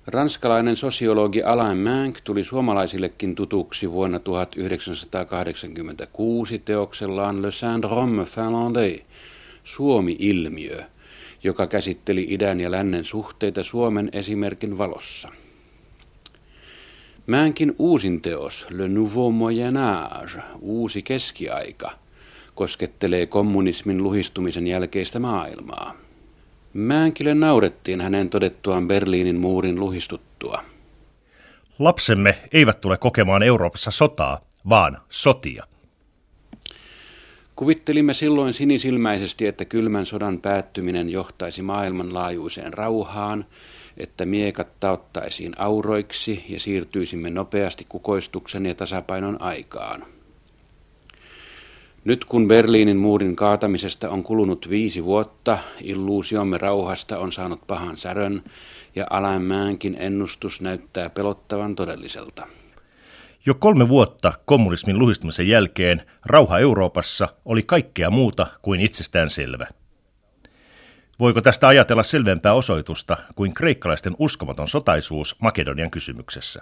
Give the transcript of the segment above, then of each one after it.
Ranskalainen sosiologi Alain Menck tuli suomalaisillekin tutuksi vuonna 1986 teoksellaan Le syndrome finlandais, Suomi-ilmiö, joka käsitteli idän ja lännen suhteita Suomen esimerkin valossa. Menckin uusin teos, Le nouveau moyen âge, uusi keskiaika, koskettelee kommunismin luhistumisen jälkeistä maailmaa. Menckille naurettiin hänen todettuaan Berliinin muurin luhistuttua. Lapsemme eivät tule kokemaan Euroopassa sotaa, vaan sotia. Kuvittelimme silloin sinisilmäisesti, että kylmän sodan päättyminen johtaisi maailmanlaajuiseen rauhaan, että miekat taottaisiin auroiksi ja siirtyisimme nopeasti kukoistuksen ja tasapainon aikaan. Nyt kun Berliinin muurin kaatamisesta on kulunut 5 vuotta, illuusiomme rauhasta on saanut pahan särön ja Alain Mennckin ennustus näyttää pelottavan todelliselta. Jo 3 vuotta kommunismin luhistumisen jälkeen rauha Euroopassa oli kaikkea muuta kuin itsestäänselvä. Voiko tästä ajatella selvempää osoitusta kuin kreikkalaisten uskomaton sotaisuus Makedonian kysymyksessä?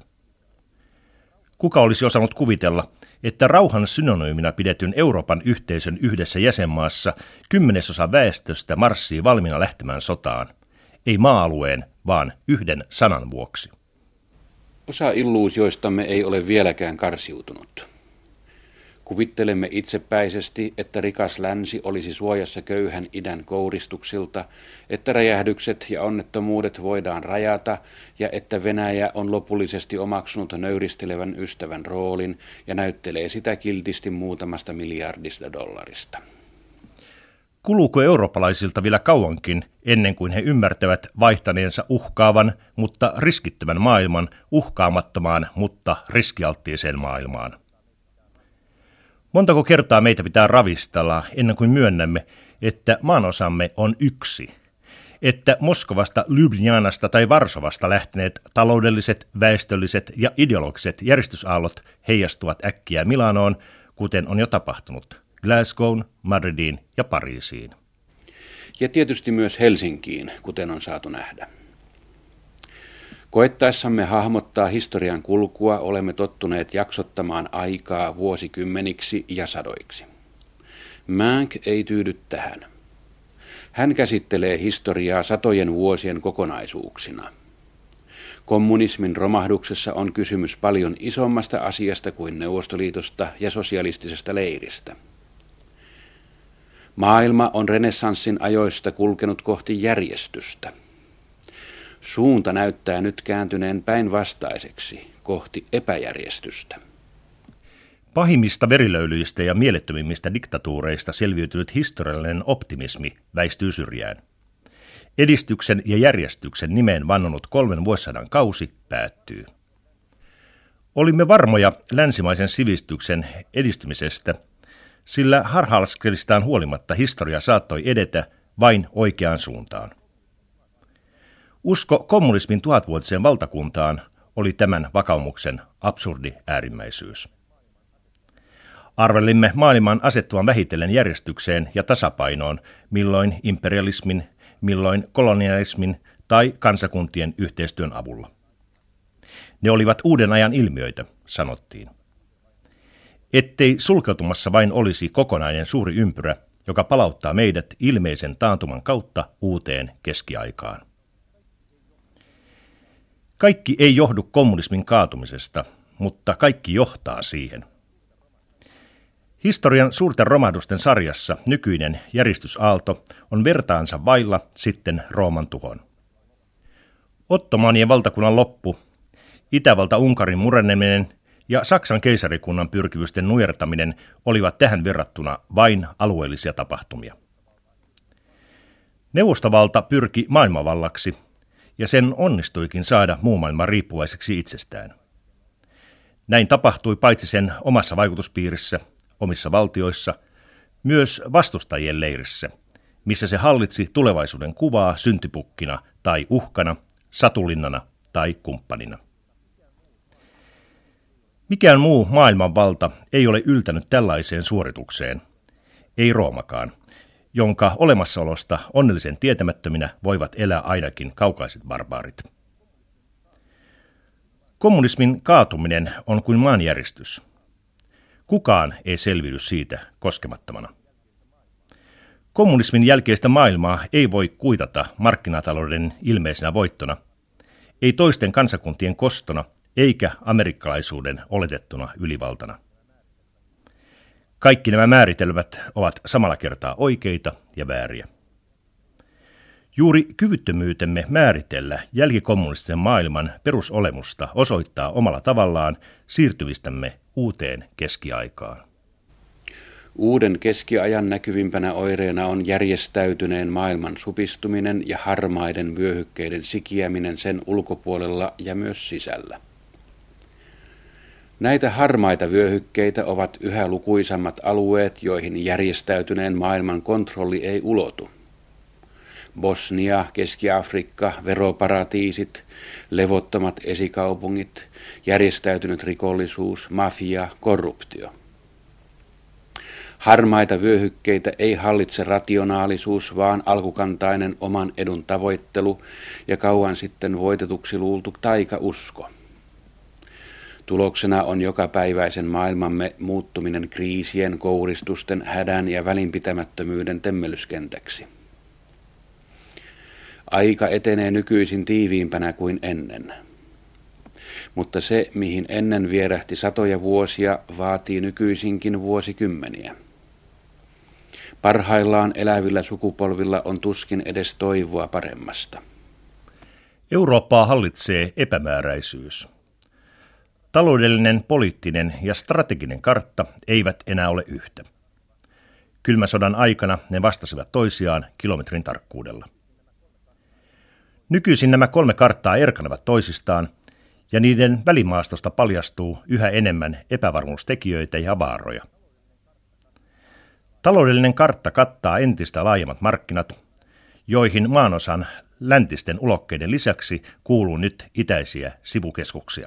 Kuka olisi osannut kuvitella, että rauhan synonyymina pidetyn Euroopan yhteisön yhdessä jäsenmaassa 10% väestöstä marssii valmiina lähtemään sotaan, ei maa-alueen, vaan yhden sanan vuoksi? Osa illuusioistamme ei ole vieläkään karsiutunut. Kuvittelemme itsepäisesti, että rikas länsi olisi suojassa köyhän idän kouristuksilta, että räjähdykset ja onnettomuudet voidaan rajata ja että Venäjä on lopullisesti omaksunut nöyristelevän ystävän roolin ja näyttelee sitä kiltisti muutamasta miljardista dollarista. Kuluuko eurooppalaisilta vielä kauankin ennen kuin he ymmärtävät vaihtaneensa uhkaavan, mutta riskittömän maailman uhkaamattomaan, mutta riskialttiiseen maailmaan? Montako kertaa meitä pitää ravistella ennen kuin myönnämme, että maanosamme on yksi, että Moskovasta, Ljubljanasta tai Varsovasta lähteneet taloudelliset, väestölliset ja ideologiset järjestysaallot heijastuvat äkkiä Milanoon, kuten on jo tapahtunut, Glasgown, Madridiin ja Pariisiin. Ja tietysti myös Helsinkiin, kuten on saatu nähdä. Koettaessamme hahmottaa historian kulkua olemme tottuneet jaksottamaan aikaa vuosikymmeniksi ja sadoiksi. Menck ei tyydy tähän. Hän käsittelee historiaa satojen vuosien kokonaisuuksina. Kommunismin romahduksessa on kysymys paljon isommasta asiasta kuin Neuvostoliitosta ja sosialistisesta leiristä. Maailma on renessanssin ajoista kulkenut kohti järjestystä. Suunta näyttää nyt kääntyneen päinvastaiseksi, kohti epäjärjestystä. Pahimmista verilöylyistä ja mielettömimmistä diktatuureista selviytynyt historiallinen optimismi väistyy syrjään. Edistyksen ja järjestyksen nimeen vannonut 3 vuosisadan kausi päättyy. Olimme varmoja länsimaisen sivistyksen edistymisestä, sillä harhalaskelistaan huolimatta historia saattoi edetä vain oikeaan suuntaan. Usko kommunismin 1000-vuotiseen valtakuntaan oli tämän vakaumuksen absurdi äärimmäisyys. Arvelimme maailman asettuvan vähitellen järjestykseen ja tasapainoon, milloin imperialismin, milloin kolonialismin tai kansakuntien yhteistyön avulla. Ne olivat uuden ajan ilmiöitä, sanottiin. Ettei sulkeutumassa vain olisi kokonainen suuri ympyrä, joka palauttaa meidät ilmeisen taantuman kautta uuteen keskiaikaan. Kaikki ei johdu kommunismin kaatumisesta, mutta kaikki johtaa siihen. Historian suurten romahdusten sarjassa nykyinen järjestysaalto on vertaansa vailla sitten Rooman tuhon. Ottomanien valtakunnan loppu, Itävalta-Unkarin mureneminen ja Saksan keisarikunnan pyrkimysten nujertaminen olivat tähän verrattuna vain alueellisia tapahtumia. Neuvostovalta pyrki maailmanvallaksi, ja sen onnistuikin saada muu maailma riippuvaiseksi itsestään. Näin tapahtui paitsi sen omassa vaikutuspiirissä, omissa valtioissa, myös vastustajien leirissä, missä se hallitsi tulevaisuuden kuvaa syntipukkina tai uhkana, satulinnana tai kumppanina. Mikään muu maailmanvalta ei ole yltänyt tällaiseen suoritukseen, ei Roomakaan, jonka olemassaolosta onnellisen tietämättöminä voivat elää ainakin kaukaiset barbaarit. Kommunismin kaatuminen on kuin maanjäristys. Kukaan ei selviydy siitä koskemattomana. Kommunismin jälkeistä maailmaa ei voi kuitata markkinatalouden ilmeisenä voittona, ei toisten kansakuntien kostona eikä amerikkalaisuuden oletettuna ylivaltana. Kaikki nämä määritelmät ovat samalla kertaa oikeita ja vääriä. Juuri kyvyttömyytemme määritellä jälkikommunistisen maailman perusolemusta osoittaa omalla tavallaan siirtymistämme uuteen keskiaikaan. Uuden keskiajan näkyvimpänä oireena on järjestäytyneen maailman supistuminen ja harmaiden vyöhykkeiden sikiäminen sen ulkopuolella ja myös sisällä. Näitä harmaita vyöhykkeitä ovat yhä lukuisammat alueet, joihin järjestäytyneen maailman kontrolli ei ulotu. Bosnia, Keski-Afrikka, veroparatiisit, levottomat esikaupungit, järjestäytynyt rikollisuus, mafia, korruptio. Harmaita vyöhykkeitä ei hallitse rationaalisuus, vaan alkukantainen oman edun tavoittelu ja kauan sitten voitetuksi luultu taikausko. Tuloksena on jokapäiväisen maailmamme muuttuminen kriisien, kouristusten, hädän ja välinpitämättömyyden temmellyskentäksi. Aika etenee nykyisin tiiviimpänä kuin ennen. Mutta se, mihin ennen vierähti satoja vuosia, vaatii nykyisinkin vuosikymmeniä. Parhaillaan elävillä sukupolvilla on tuskin edes toivoa paremmasta. Eurooppaa hallitsee epämääräisyys. Taloudellinen, poliittinen ja strateginen kartta eivät enää ole yhtä. Kylmän sodan aikana ne vastasivat toisiaan kilometrin tarkkuudella. Nykyisin nämä kolme karttaa erkanevat toisistaan, ja niiden välimaastosta paljastuu yhä enemmän epävarmuustekijöitä ja vaaroja. Taloudellinen kartta kattaa entistä laajemmat markkinat, joihin maanosan läntisten ulokkeiden lisäksi kuuluu nyt itäisiä sivukeskuksia.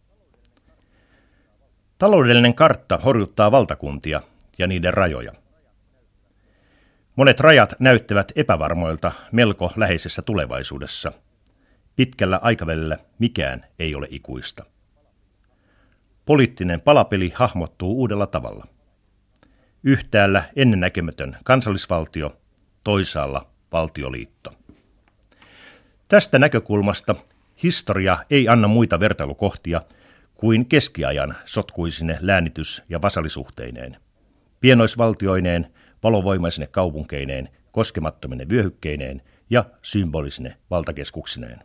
Taloudellinen kartta horjuttaa valtakuntia ja niiden rajoja. Monet rajat näyttävät epävarmoilta melko läheisessä tulevaisuudessa. Pitkällä aikavälillä mikään ei ole ikuista. Poliittinen palapeli hahmottuu uudella tavalla. Yhtäällä ennennäkemätön kansallisvaltio, toisaalla valtioliitto. Tästä näkökulmasta historia ei anna muita vertailukohtia kuin keskiajan sotkuisine läänitys- ja vasallisuhteineen, pienoisvaltioineen, valovoimaisine kaupunkeineen, koskemattomine vyöhykkeineen ja symbolisine valtakeskuksineen.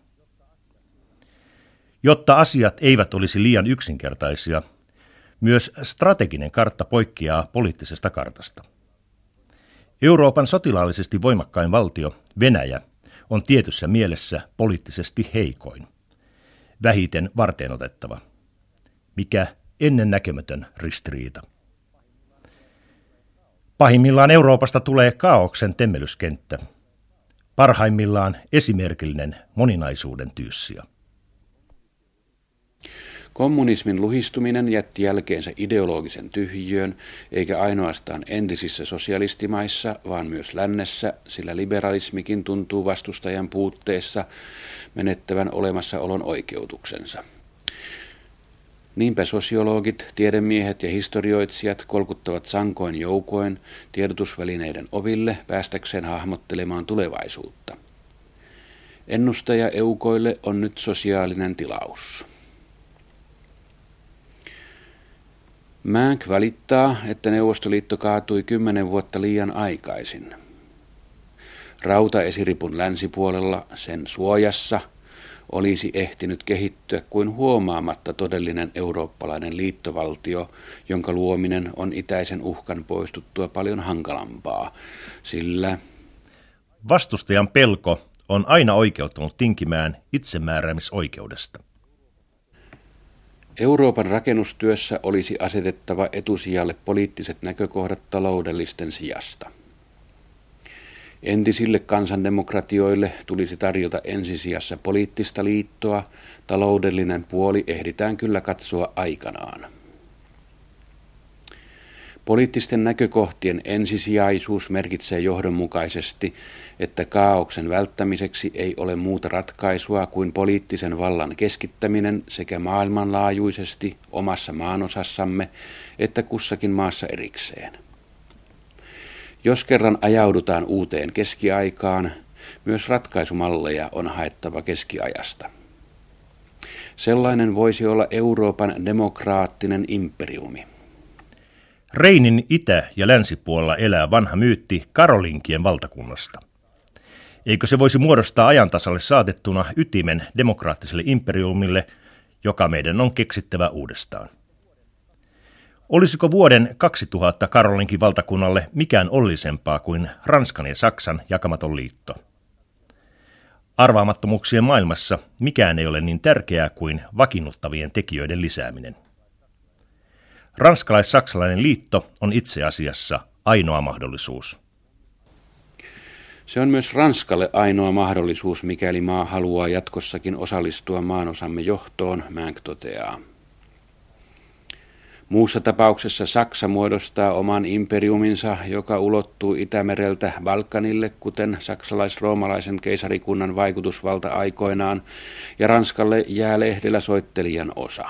Jotta asiat eivät olisi liian yksinkertaisia, myös strateginen kartta poikkeaa poliittisesta kartasta. Euroopan sotilaallisesti voimakkain valtio, Venäjä, on tietyssä mielessä poliittisesti heikoin, vähiten varteenotettava. Mikä ennennäkemätön ristiriita. Pahimmillaan Euroopasta tulee kaaoksen temmelyskenttä. Parhaimmillaan esimerkillinen moninaisuuden tyyssija. Kommunismin luhistuminen jätti jälkeensä ideologisen tyhjiön, eikä ainoastaan entisissä sosialistimaissa, vaan myös lännessä, sillä liberalismikin tuntuu vastustajan puutteessa menettävän olemassaolon oikeutuksensa. Niinpä sosiologit, tiedemiehet ja historioitsijat kolkuttavat sankoin joukoin tiedotusvälineiden oville päästäkseen hahmottelemaan tulevaisuutta. Ennustaja-eukoille on nyt sosiaalinen tilaus. Mänk valittaa, että Neuvostoliitto kaatui 10 vuotta liian aikaisin. Rautaesiripun länsipuolella, sen suojassa, olisi ehtinyt kehittyä kuin huomaamatta todellinen eurooppalainen liittovaltio, jonka luominen on itäisen uhkan poistuttua paljon hankalampaa, sillä vastustajan pelko on aina oikeuttanut tinkimään itsemääräämisoikeudesta. Euroopan rakennustyössä olisi asetettava etusijalle poliittiset näkökohdat taloudellisten sijasta. Entisille kansandemokratioille tulisi tarjota ensisijassa poliittista liittoa, taloudellinen puoli ehditään kyllä katsoa aikanaan. Poliittisten näkökohtien ensisijaisuus merkitsee johdonmukaisesti, että kaaoksen välttämiseksi ei ole muuta ratkaisua kuin poliittisen vallan keskittäminen sekä maailmanlaajuisesti omassa maanosassamme että kussakin maassa erikseen. Jos kerran ajaudutaan uuteen keskiaikaan, myös ratkaisumalleja on haettava keskiajasta. Sellainen voisi olla Euroopan demokraattinen imperiumi. Reinin itä- ja länsipuolella elää vanha myytti Karolinkien valtakunnasta. Eikö se voisi muodostaa ajantasalle saatettuna ytimen demokraattiselle imperiumille, joka meidän on keksittävä uudestaan? Olisiko vuoden 2000 Karolinkin valtakunnalle mikään ollisempaa kuin Ranskan ja Saksan jakamaton liitto? Arvaamattomuuksien maailmassa mikään ei ole niin tärkeää kuin vakiinnuttavien tekijöiden lisääminen. Ranskalais-saksalainen liitto on itse asiassa ainoa mahdollisuus. Se on myös Ranskalle ainoa mahdollisuus, mikäli maa haluaa jatkossakin osallistua maanosamme johtoon, Mänck toteaa. Muussa tapauksessa Saksa muodostaa oman imperiuminsa, joka ulottuu Itämereltä Balkanille, kuten saksalais-roomalaisen keisarikunnan vaikutusvalta aikoinaan, ja Ranskalle jää lehdellä soittelijan osa.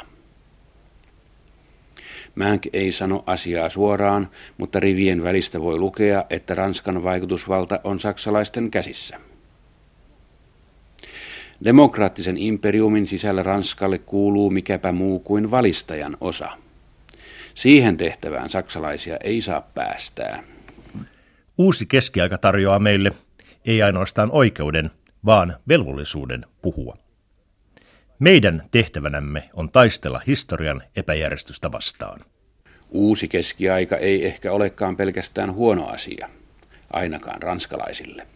Mänck ei sano asiaa suoraan, mutta rivien välistä voi lukea, että Ranskan vaikutusvalta on saksalaisten käsissä. Demokraattisen imperiumin sisällä Ranskalle kuuluu mikäpä muu kuin valistajan osa. Siihen tehtävään saksalaisia ei saa päästää. Uusi keskiaika tarjoaa meille ei ainoastaan oikeuden, vaan velvollisuuden puhua. Meidän tehtävänämme on taistella historian epäjärjestystä vastaan. Uusi keskiaika ei ehkä olekaan pelkästään huono asia, ainakaan ranskalaisille.